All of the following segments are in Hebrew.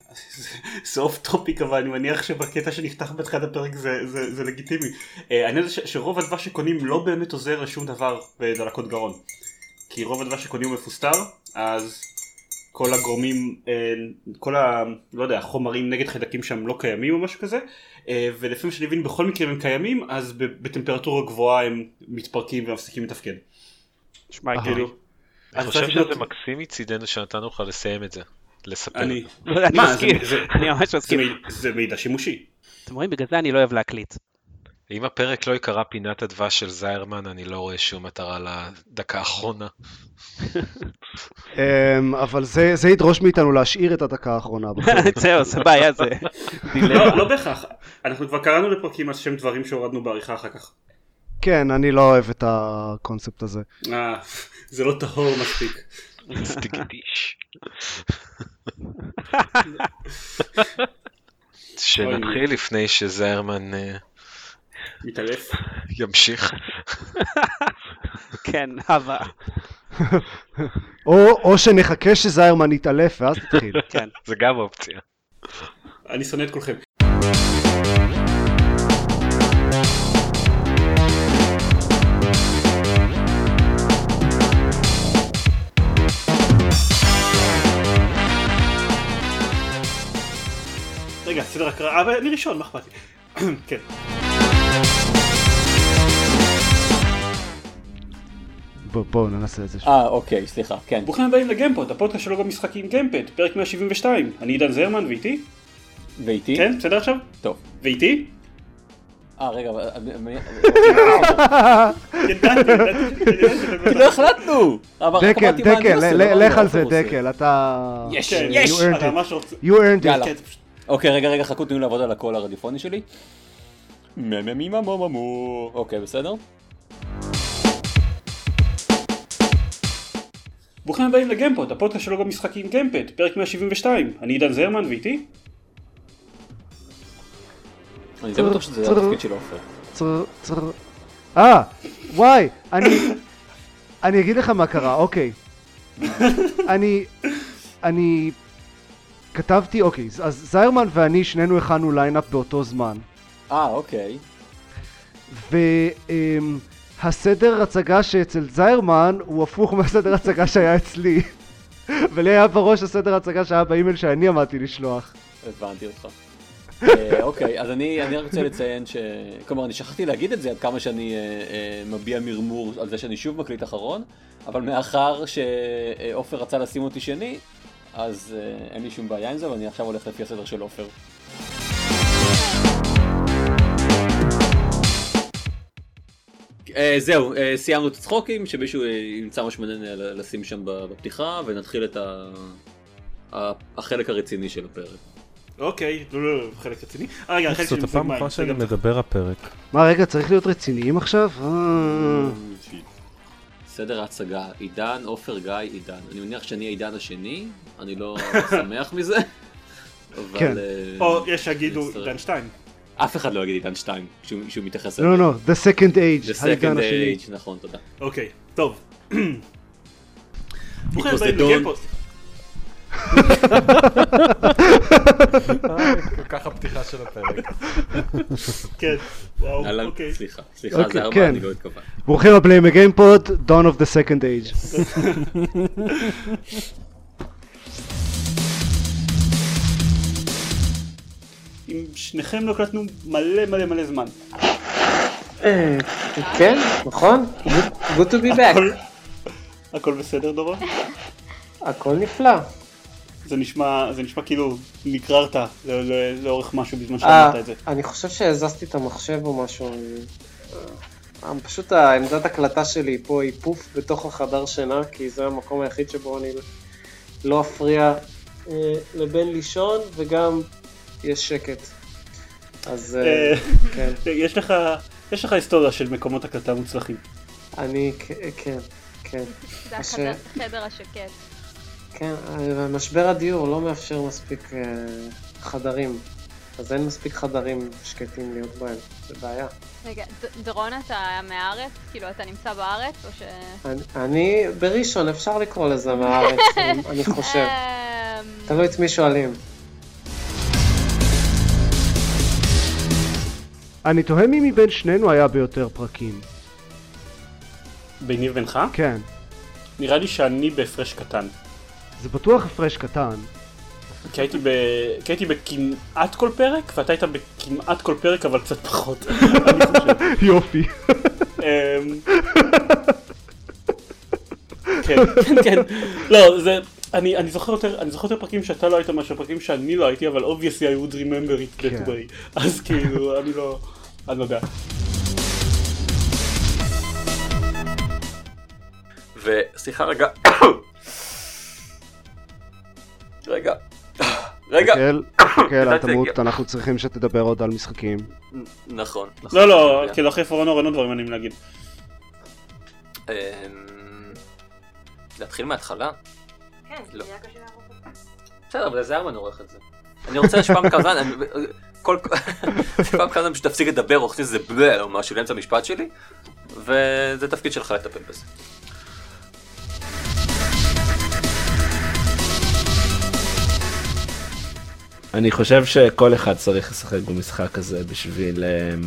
זה אוף טופיק, אבל אני מניח שבקטע שנפתח בתחילת הפרק זה לגיטימי. אני יודע שרוב הדבש שקונים לא באמת עוזר לשום דבר בדלקות גרון. כי רוב הדבש שקונים הוא מפוסטר, אז כל הגורמים, לא יודע, החומרים נגד חיידקים שם לא קיימים או משהו כזה, ולפעמים שאני מבין בכל מקרה הם קיימים, אז בטמפרטורה גבוהה הם מתפרקים ומפסיקים לתפקד. שמע, כאילו. אני חושב שזה מקסים מצידנו שנתנו לך לסיים את זה, לספר. אני מסכים, אני ממש מסכים. זה מידע שימושי. אתם רואים, בגלל זה אני לא אוהב להקליט. אם הפרק לא יקרא פינת הדבש של זיירמן, אני לא רואה שום מטרה לדקה האחרונה. אבל זה ידרוש מאיתנו להשאיר את הדקה האחרונה. זהו, זה בעיה, זה דילמה. לא בהכרח, אנחנו כבר קראנו לפרקים על שם דברים שהורדנו בעריכה אחר כך. כן, אני לא אוהב את הקונספט הזה. זה לא טהור מספיק. סטיגדיש. שנתחיל לפני שזיירמן מתעלף. ימשיך. כן, הבא. או שנחכה שזיירמן יתעלף ואז תתחיל. כן. זה גם אופציה. אני שונא את כולכם. רגע, סדר הקראה, אבל אני ראשון, מה אכפת לי? כן. בואו ננסה את זה. אוקיי, סליחה, כן. ברוכים הבאים לגיימפוד, הפודקאסט שלו במשחקים גיימפד, פרק 172. אני עידן זרמן, ואיתי? ואיתי? כן, בסדר עכשיו? טוב. ואיתי? רגע, לא החלטנו! דקל, לך על זה, דקל, אתה... יש, אתה ממש רוצה... You earned it. אוקיי, רגע, חכו, תנו לעבוד על הקול הרדיופוני שלי. אוקיי, בסדר? ברוכים הבאים לגיימפוד, הפודקאסט שלו במשחקים גיימפד, פרק 172. אני עידן זרמן, ואיתי? אני די בטוח שזה התפקיד של עופר. וואי, אני אגיד לך מה קרה, אוקיי. אני כתבתי, אוקיי, אז זיירמן ואני שנינו הכנו ליינאפ באותו זמן. אוקיי. והסדר הצגה שאצל זיירמן הוא הפוך מהסדר הצגה שהיה אצלי. ולי היה בראש הסדר הצגה שהיה באימייל שאני עמדתי לשלוח. הבנתי אותך. אוקיי, אז אני רק רוצה לציין כלומר, אני שכחתי להגיד את זה עד כמה שאני מביע מרמור על זה שאני שוב מקליט אחרון, אבל מאחר שעופר רצה לשים אותי שני, אז אין לי שום בעיה עם זה, ואני עכשיו הולך לפי הסדר של עופר. זהו, סיימנו את הצחוקים, שמישהו ימצא משהו מעניין לשים שם בפתיחה, ונתחיל את החלק הרציני של הפרק. אוקיי, לא, חלק רציני. רגע, חלק זאת הפעם אחת שאני מדבר הפרק. מה, רגע, צריך להיות רציניים עכשיו? סדר ההצגה, עידן, עופר, גיא, עידן. אני מניח שאני העידן השני, אני לא שמח מזה. כן. או יש שיגידו עידן 2. אף אחד לא יגיד עידן 2, שהוא מתייחס אליו. לא, the second age. The second age, נכון, תודה. אוקיי, טוב. ברוכים הבאים לגיימפוד. כל כך הפתיחה של הפרק. כן, וואו, אוקיי. סליחה, זה הרבה, אני לא התכוון. ברוכים הבאים לגיימפוד, Dawn of the second age. אם שניכם לא קלטנו מלא זמן. כן, נכון? Good to be back. הכל בסדר דורון? הכל נפלא. זה נשמע כאילו נקררת לאורך משהו בזמן שאמרת את זה. אני חושב שהזזתי את המחשב או משהו. פשוט העמדת הקלטה שלי פה היא פוף בתוך החדר שינה, כי זה המקום היחיד שבו אני לא אפריע לבין לישון, וגם יש שקט. אז כן. יש לך היסטוריה של מקומות הקלטה מוצלחים. כן. זה החדר השקט. כן, משבר הדיור לא מאפשר מספיק חדרים, אז אין מספיק חדרים שקטים להיות בהם, זה בעיה. רגע, דורון, אתה מהארץ? כאילו, אתה נמצא בארץ או ש... אני בראשון, אפשר לקרוא לזה מהארץ, אני חושב. תלוי את מי שואלים. אני תוהה מי מבין שנינו היה ביותר פרקים. ביני ובינך? כן. נראה לי שאני בהפרש קטן. זה בטוח הפרש קטן. כי הייתי בכמעט כל פרק, ואתה היית בכמעט כל פרק, אבל קצת פחות. אני חושב. יופי. כן, כן, כן. לא, זה... אני זוכר יותר פרקים שאתה לא היית מאשר פרקים שאני לא הייתי, אבל obviously I would remember it that way. אז כאילו, אני לא יודע. וסליחה רגע. רגע. שקל, אל תמות, אנחנו צריכים שתדבר עוד על משחקים. נכון. לא, כאילו אחרי פורנור אין עוד דברים מעניינים להגיד. להתחיל מההתחלה? כן, זה היה קשה לערוך את זה. בסדר, אבל זה ארמן עורך את זה. אני רוצה שפעם כמה זמן, פעם כמה זמן שתפסיק לדבר, או חצי זה בלה או משהו לאמצע המשפט שלי, וזה תפקיד שלך לטפל בזה. אני חושב שכל אחד צריך לשחק במשחק הזה בשביל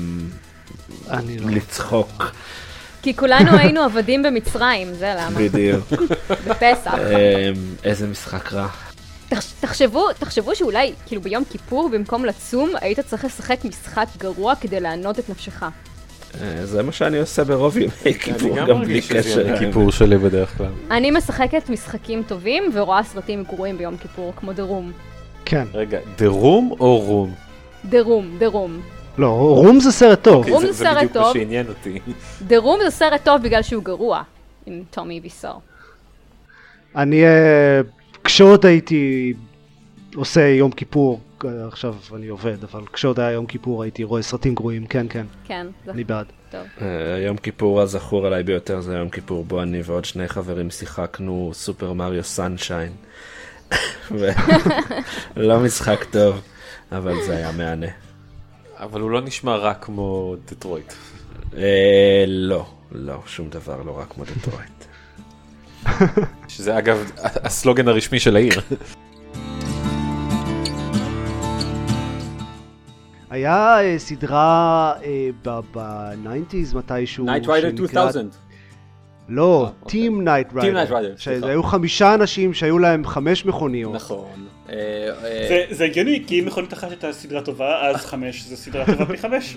לצחוק. כי כולנו היינו עבדים במצרים, זה למה. בדיוק. בפסח. איזה משחק רע. תחשבו שאולי, כאילו ביום כיפור, במקום לצום, היית צריך לשחק משחק גרוע כדי לענות את נפשך. זה מה שאני עושה ברוב ימי כיפור, גם בלי קשר. כיפור שלי בדרך כלל. אני משחקת משחקים טובים ורואה סרטים גרועים ביום כיפור, כמו דרום. כן. רגע, דרום או רום? דרום. לא, רום זה סרט טוב. רום זה סרט בדיוק מה טוב. שעניין אותי. דרום זה סרט טוב בגלל שהוא גרוע, עם טומי ויסור. אני, כשעוד הייתי עושה יום כיפור, עכשיו אני עובד, אבל כשעוד היה יום כיפור הייתי רואה סרטים גרועים, כן. כן, אני בעד. טוב. יום כיפור הזכור עליי ביותר זה יום כיפור בו אני ועוד שני חברים שיחקנו סופר מריו סנשיין. לא משחק טוב, אבל זה היה מענה. אבל הוא לא נשמע רק כמו דטרויט. לא, שום דבר לא רק כמו דטרויט. שזה אגב הסלוגן הרשמי של העיר. היה סדרה ב-90s מתישהו. Night Rider 2000. לא, Team Night Rider. שהיו 5 אנשים שהיו להם 5 מכוניות. נכון. זה הגיוני, כי אם מכונית אחת הייתה סדרה טובה, אז 5 זה סדרה טובה פי 5.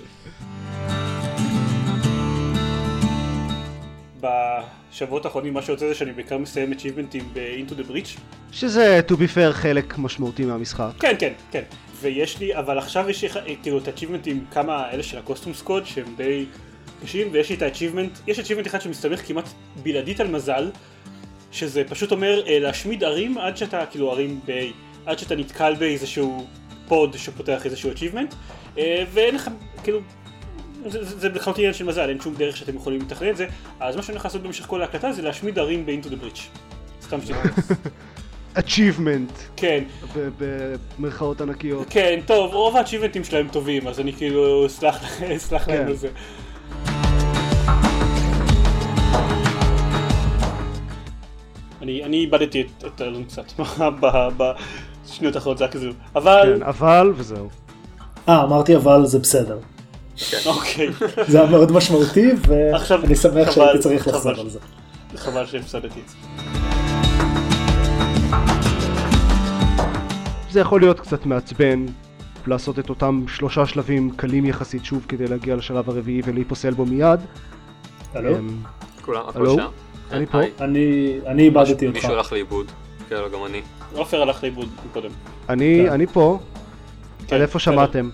בשבועות האחרונים מה שיוצא זה שאני בעיקר מסיים achievement'ים ב-Into the Breach. שזה, to be fair, חלק משמעותי מהמשחק. כן. ויש לי, אבל עכשיו יש לי כאילו את achievement'ים כמה אלה של הקוסטום סקוד שהם די קשים, ויש לי את ה-achievement, יש achievement אחד שמסתמך כמעט בלעדית על מזל, שזה פשוט אומר להשמיד ערים עד שאתה, כאילו ערים עד שאתה נתקל באיזשהו פוד שפותח איזשהו achievement, ואין לך, כאילו, זה לחלוטין עניין של מזל, אין שום דרך שאתם יכולים לתכנן את זה, אז מה שאני הולך לעשות במשך כל ההקלטה זה להשמיד ערים ב-Into the Breach. סתם שתדעו. achievement. כן. במרכאות ענקיות. כן, טוב, רוב ה-achievement'ים שלהם טובים, אז אני כאילו אסלח להם על זה. אני איבדתי את הרעיון קצת בשניות האחרות, זה היה כזה, אבל... כן, אבל וזהו. אמרתי אבל זה בסדר. אוקיי. זה היה מאוד משמעותי ואני שמח שהייתי צריך לחזור על זה. חבל שהפסדתי את זה. זה יכול להיות קצת מעצבן לעשות את אותם 3 שלבים קלים יחסית שוב כדי להגיע לשלב הרביעי ולהיפוסל בו מיד. הלו? כולם, הכל שם? אני פה. אני איבדתי אותך. מישהו הלך לאיבוד. כן, לא, גם אני. עופר הלך לאיבוד קודם. אני פה. על איפה שמעתם?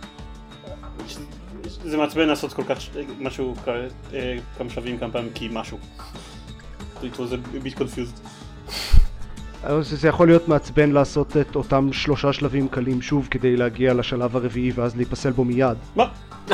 זה מעצבן לעשות כל כך משהו, כמה שלבים כמה פעמים כי משהו. It was a bit confused. זה יכול להיות מעצבן לעשות את אותם 3 שלבים קלים שוב כדי להגיע לשלב הרביעי ואז להיפסל בו מיד. מה?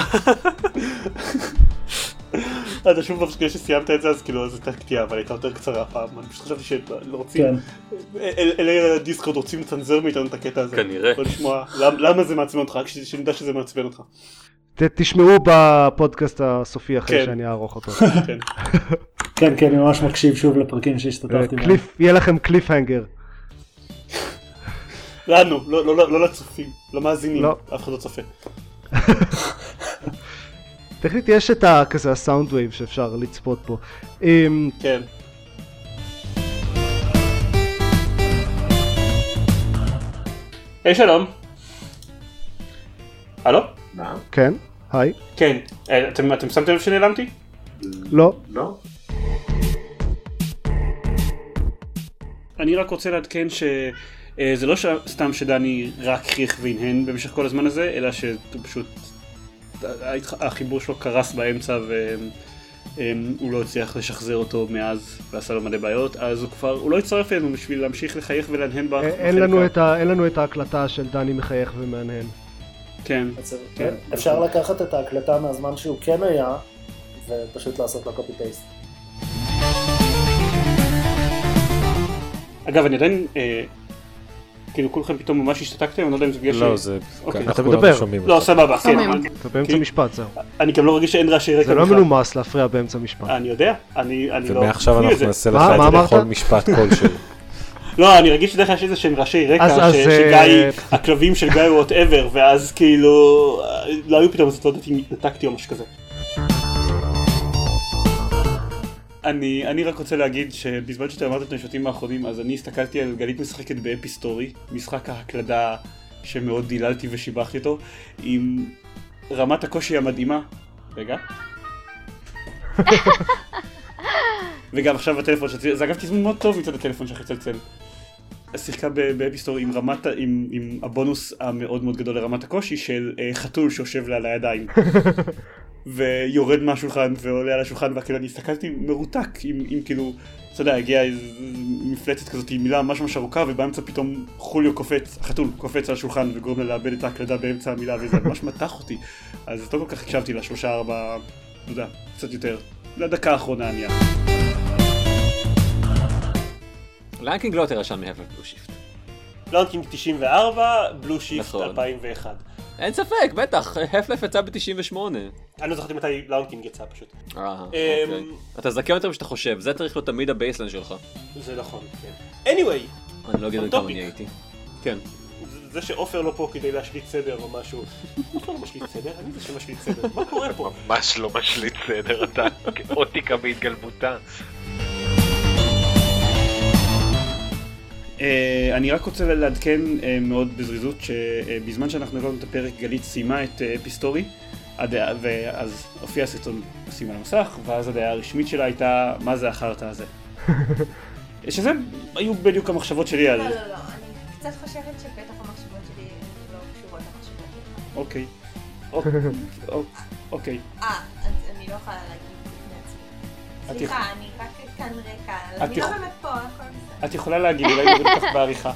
אתה שוב פעם שסיימת את זה אז כאילו זה תקטייה אבל הייתה יותר קצרה פעם. אני פשוט חשבתי שלא רוצים, אלה הדיסקורד רוצים לצנזר מאיתנו את הקטע הזה. כנראה. לא לשמוע למה זה מעצבן אותך, שנדע שזה מעצבן אותך. תשמעו בפודקאסט הסופי אחרי שאני אערוך אותו. כן, אני ממש מקשיב שוב לפרקים שהשתתפתי בהם. יהיה לכם קליפהנגר. לנו, לא לצופים, לא מאזינים, אף אחד לא צופה. טכנית יש את כזה הסאונד וייב שאפשר לצפות בו. כן. היי שלום. הלו? כן, היי. כן, אתם שמתם לב שנעלמתי? לא. לא? אני רק רוצה לעדכן שזה לא סתם שדני רק חיך והנהן במשך כל הזמן הזה, אלא שפשוט החיבור שלו קרס באמצע והוא לא הצליח לשחזר אותו מאז ועשה לו מלא בעיות, אז הוא לא יצטרף אלינו בשביל להמשיך לחייך ולהנהן אין לנו את ההקלטה של דני מחייך ומהנהן. כן. כן. אפשר לקחת את ההקלטה מהזמן שהוא כן היה ופשוט לעשות לו קופי פייסט. אגב, אני עדיין, כאילו כולכם פתאום ממש השתתקתם, אני לא יודע אם זה בגלל לא, זה... אתה מדבר. לא, סבבה, כן. אתה באמצע משפט, זהו. אני גם לא רגיש שאין רעשי רקע. זה לא מנומס להפריע באמצע משפט. אני יודע, אני לא... ומעכשיו אנחנו נעשה לך את זה לכל משפט כלשהו. לא, אני רגיש שדרך כלל יש איזה שהם רעשי רקע, שגיא, הכלבים של גיא הוא whatever, ואז כאילו, לא היו פתאום, אז לא יודעת אם התנתקתי או משהו כזה. אני רק רוצה להגיד שבזמן שאתה אמרת את המשפטים האחרונים, אז אני הסתכלתי על גלית משחקת באפיסטורי, משחק ההקלדה שמאוד דיללתי ושיבחתי אותו, עם רמת הקושי המדהימה. רגע. וגם עכשיו הטלפון שצלצל, זה אגב תזמון מאוד טוב מצד הטלפון שלך צלצל. שיחקה באפיסטורי עם הבונוס המאוד מאוד גדול לרמת הקושי של חתול שיושב לה על הידיים. ויורד מהשולחן ועולה על השולחן, וכאילו אני הסתכלתי מרותק עם כאילו, אתה יודע, הגיעה איזו מפלצת כזאת עם מילה ממש ארוכה, ובאמצע פתאום חוליו קופץ, החתול קופץ על השולחן וגורם לה לאבד את ההקלדה באמצע המילה, וזה ממש מתח אותי. אז לא כל כך הקשבתי לה, 3-4, לא יודע, קצת יותר, לדקה האחרונה אני אהיה. ליינקינג לא יותר ישן מהפל בלו שיפט. ליינקינג 94, בלו שיפט 2001. אין ספק, בטח, הפלף יצא ב-98. אני לא זכרתי מתי לאונקינג יצא פשוט. אוקיי. אתה זכר יותר משאתה חושב, זה צריך להיות תמיד הבייסלנד שלך. זה נכון, כן. anyway, אני לא אגיד כמה אני הייתי. כן. זה שאופר לא פה כדי להשליט סדר או משהו. אופר לא משליט סדר? אני זה שמשליט סדר. מה קורה פה? ממש לא משליט סדר, אתה כאוטיקה בהתגלמותה. אני רק רוצה לעדכן מאוד בזריזות שבזמן שאנחנו הקלטנו את הפרק גלית סיימה את אפיסטורי, ואז הופיע הסרטון עושים על המסך, ואז הדעה הרשמית שלה הייתה מה זה החרטא הזה. שזה היו בדיוק המחשבות שלי על... לא, אני קצת חושבת שבטח המחשבות שלי לא קשורות למחשבות שלך. אוקיי. אוקיי. אני לא יכולה להגיד לפני עצמי. סליחה, אני רק כאן רקע, אני לא באמת פה, הכל בסדר. את יכולה להגיד, אולי נוריד אותך בעריכה.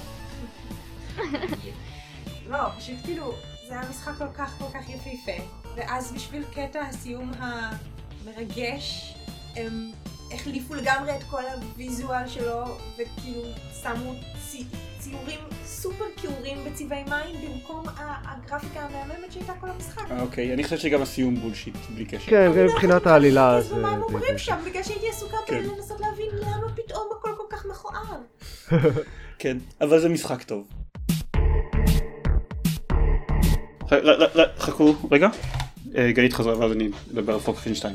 לא, פשוט כאילו, זה היה משחק כל כך יפהפה, ואז בשביל קטע הסיום המרגש, הם החליפו לגמרי את כל הוויזואל שלו, וכאילו שמו ציורים סופר קיורים בצבעי מים במקום הגרפיקה המהממת שהייתה כל המשחק. אוקיי, אני חושב שגם הסיום בולשיט, בלי קשר. כן, מבחינת העלילה. אז מה הם אומרים שם, בגלל שהייתי עסוקה לנסות להבין למה פתאום הכל כל כך מכוער. כן, אבל זה משחק טוב. חכו, רגע. גלית חזרה ואז אני אדבר על פרוקפינשטיין.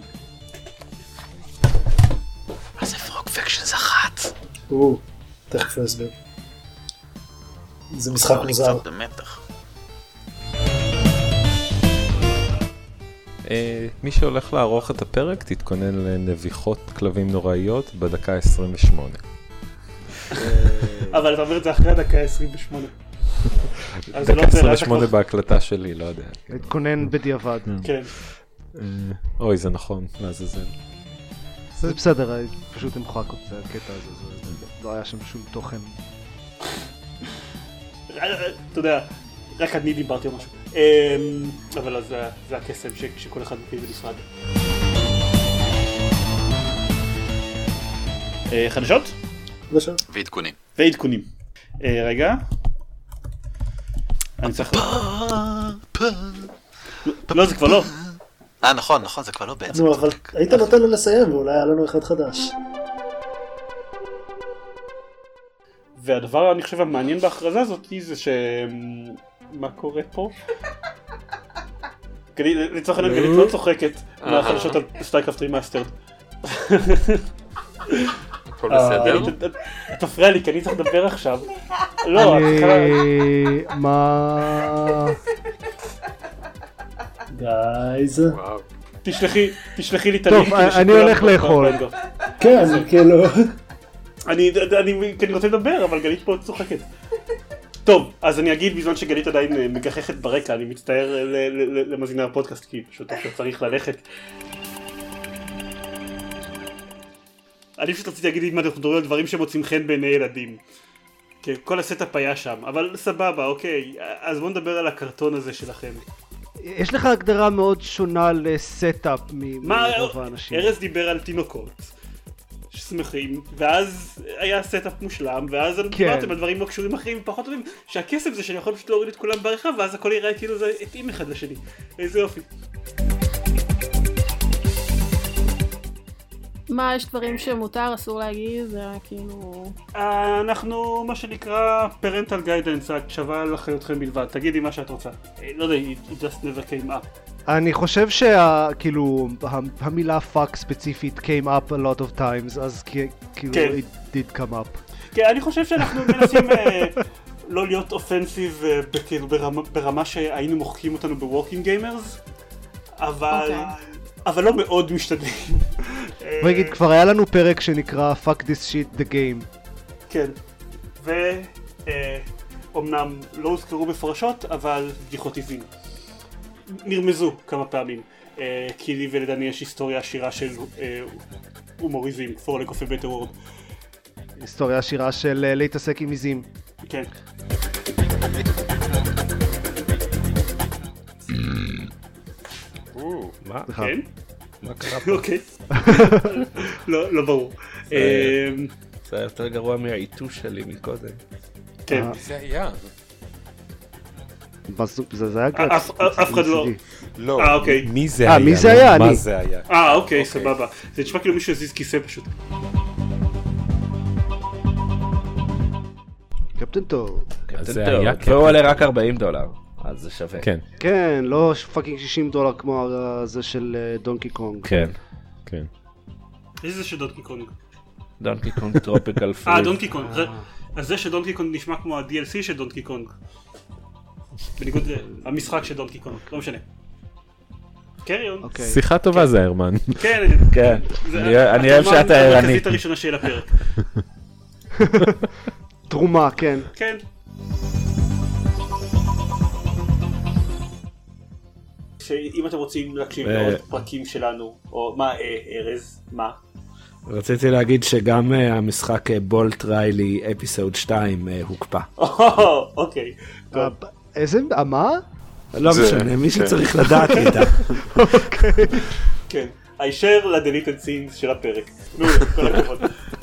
מה זה פרוקפינשטיין 1? תכף להסביר. זה משחק מוזר. קצת במתח. מי שהולך לערוך את הפרק תתכונן לנביחות כלבים נוראיות בדקה 28. אבל אתה אומר את זה אחרי הדקה 28. דקה 28 בהקלטה שלי, לא יודע. התכונן בדיעבד. כן. אוי, זה נכון, לעזאזל. זה בסדר, פשוט אמחק את הקטע הזה, לא היה שם שום תוכן. אתה יודע, רק אני דיברתי או משהו. אבל זה הקסם שכל אחד מפיל בנפרד. חדשות? חדשות. ועדכונים. רגע. אני צריך... לא, זה כבר לא. נכון, זה כבר לא בעצם. נו, אבל היית נותן לו לסיים ואולי היה לנו אחד חדש. והדבר אני חושב המעניין בהכרזה הזאת זה מה קורה פה? לצורך העניין גלית לא צוחקת מהחדשות על סטארקראפט רימאסטרד. הכל בסדר? תפריע לי כי אני צריך לדבר עכשיו. לא, את צריכה... מה... גייז. תשלחי לי את הלינק. טוב, אני הולך לאכול. כן, כאילו... אני רוצה לדבר, אבל גלית פה צוחקת. טוב, אז אני אגיד בזמן שגלית עדיין מגחכת ברקע, אני מצטער למאזיני הפודקאסט, כי פשוט צריך ללכת. אני פשוט רציתי להגיד אם אנחנו מדברים על דברים שמוצאים חן בעיני ילדים. כן, כל הסטאפ היה שם, אבל סבבה, אוקיי, אז בואו נדבר על הקרטון הזה שלכם. יש לך הגדרה מאוד שונה לסטאפ מרוב האנשים. ארז דיבר על תינוקות שמחים, ואז היה סטאפ מושלם, ואז דיברתם על דברים לא קשורים אחרים פחות טובים, שהקסם זה שאני יכול פשוט להוריד את כולם בעריכה, ואז הכל יראה כאילו זה התאים אחד לשני. איזה יופי. מה, יש דברים שמותר, אסור להגיד, זה כאילו... אנחנו, מה שנקרא parental guidance, הקשבה לחיותכם בלבד. תגידי מה שאת רוצה. לא יודע, it just never came up. אני חושב שכאילו המילה fuck ספציפית came up a lot of times, אז כאילו it did come up. כן, אני חושב שאנחנו מנסים לא להיות אופנסיב ברמה שהיינו מוחקים אותנו בווקינג גיימרס, אבל לא מאוד משתדלים. בוא נגיד, כבר היה לנו פרק שנקרא fuck this shit the game. כן, ואומנם לא הוזכרו בפרשות, אבל בדיחות הבינו. נרמזו כמה פעמים, כי לי ולדני יש היסטוריה עשירה של הומוריזם, for like of a better word. היסטוריה עשירה של להתעסק עם עיזים. כן. מה? כן? מה קרה פה? אוקיי. לא ברור. זה היה יותר גרוע מהעיתוש שלי מקודם. כן. זה היה. זה היה גרוע. אף אחד לא. לא. אוקיי. מי זה היה? מי זה היה? אני. מה זה היה? אוקיי, סבבה. זה נשמע כאילו מישהו הזיז כיסא פשוט. קפטן טוב. והוא עולה רק $40, אז זה שווה. כן. כן, לא פאקינג $60 כמו זה של דונקי קונג. כן. כן. איזה זה של דונקי קונג? דונקי קונג טרופיקל פריז. דונקי קונג. אז זה שדונקי קונג נשמע כמו ה-DLC של דונקי קונג. בניגוד המשחק של דונקי קונג, לא משנה. קריון. שיחה טובה זה הרמן. כן. כן. אני אוהב שאתה ערני. המרכזית הראשונה של הפרק. תרומה, כן. כן. שאם אתם רוצים להקשיב לעוד פרקים שלנו, או מה, ארז, מה? רציתי להגיד שגם המשחק בולט ריילי אפיסוד 2 הוקפא. אוקיי. איזה, מה? לא משנה, מי שצריך לדעת איתה. אוקיי. כן, הישר לדליטד סינס של הפרק. נו, כל הכבוד.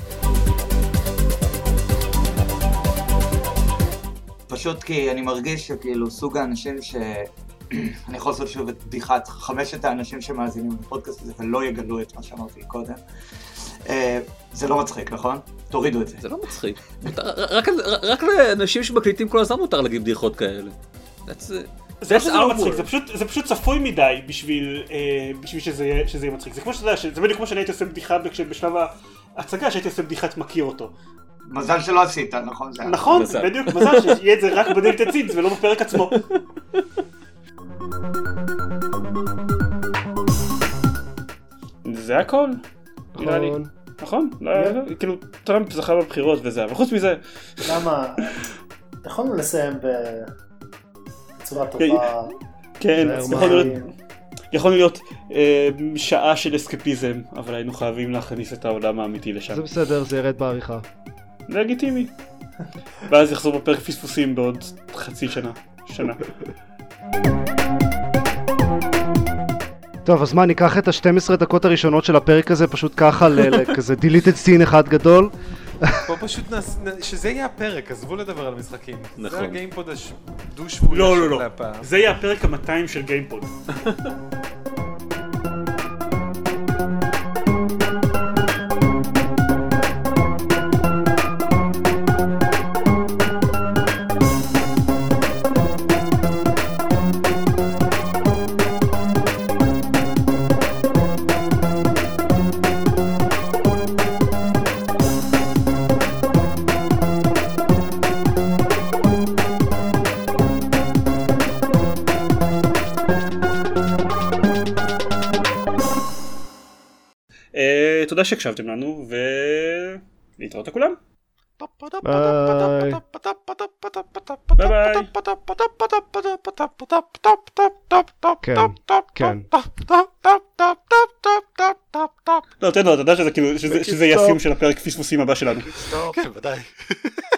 פשוט כי אני מרגיש שכאילו סוג האנשים אני יכול לעשות שוב את בדיחת 5 האנשים שמאזינים לפודקאסט הזה ולא יגלו את מה שאמרתי קודם. זה לא מצחיק, נכון? תורידו את זה. זה לא מצחיק. רק לאנשים שמקליטים כל הזמן מותר להגיד בדיחות כאלה. זה לא מצחיק, זה פשוט צפוי מדי בשביל שזה יהיה מצחיק. זה כמו שאתה יודע, זה בדיוק כמו שאני הייתי עושה בדיחה בשלב ההצגה שהייתי עושה בדיחת מכיר אותו. מזל שלא עשית, נכון? נכון, בדיוק, מזל שיהיה את זה רק בדלת צינס ולא בפרק עצמו. זה הכל, נראה לי. נכון? כאילו, טראמפ זכה בבחירות וזה, אבל חוץ מזה... למה? יכולנו לסיים בצורה טובה. כן, יכולנו להיות שעה של אסקפיזם, אבל היינו חייבים להכניס את העולם האמיתי לשם. זה בסדר, זה ירד בעריכה. לגיטימי. ואז יחזור בפרק פספוסים בעוד חצי שנה. טוב, אז מה, ניקח את ה-12 דקות הראשונות של הפרק הזה פשוט ככה לכזה deleted scene אחד גדול? פה פשוט שזה יהיה הפרק, עזבו לדבר על משחקים. נכון. זה הגיימפוד הדו-שבועי לא. זה יהיה הפרק ה-200 של גיימפוד. תודה שהקשבתם לנו, ולהתראות לכולם. ביי. כן. לא, תן לו, אתה יודע שזה יהיה הסיום של הפרק פספוסים הבא שלנו. כן, ודאי.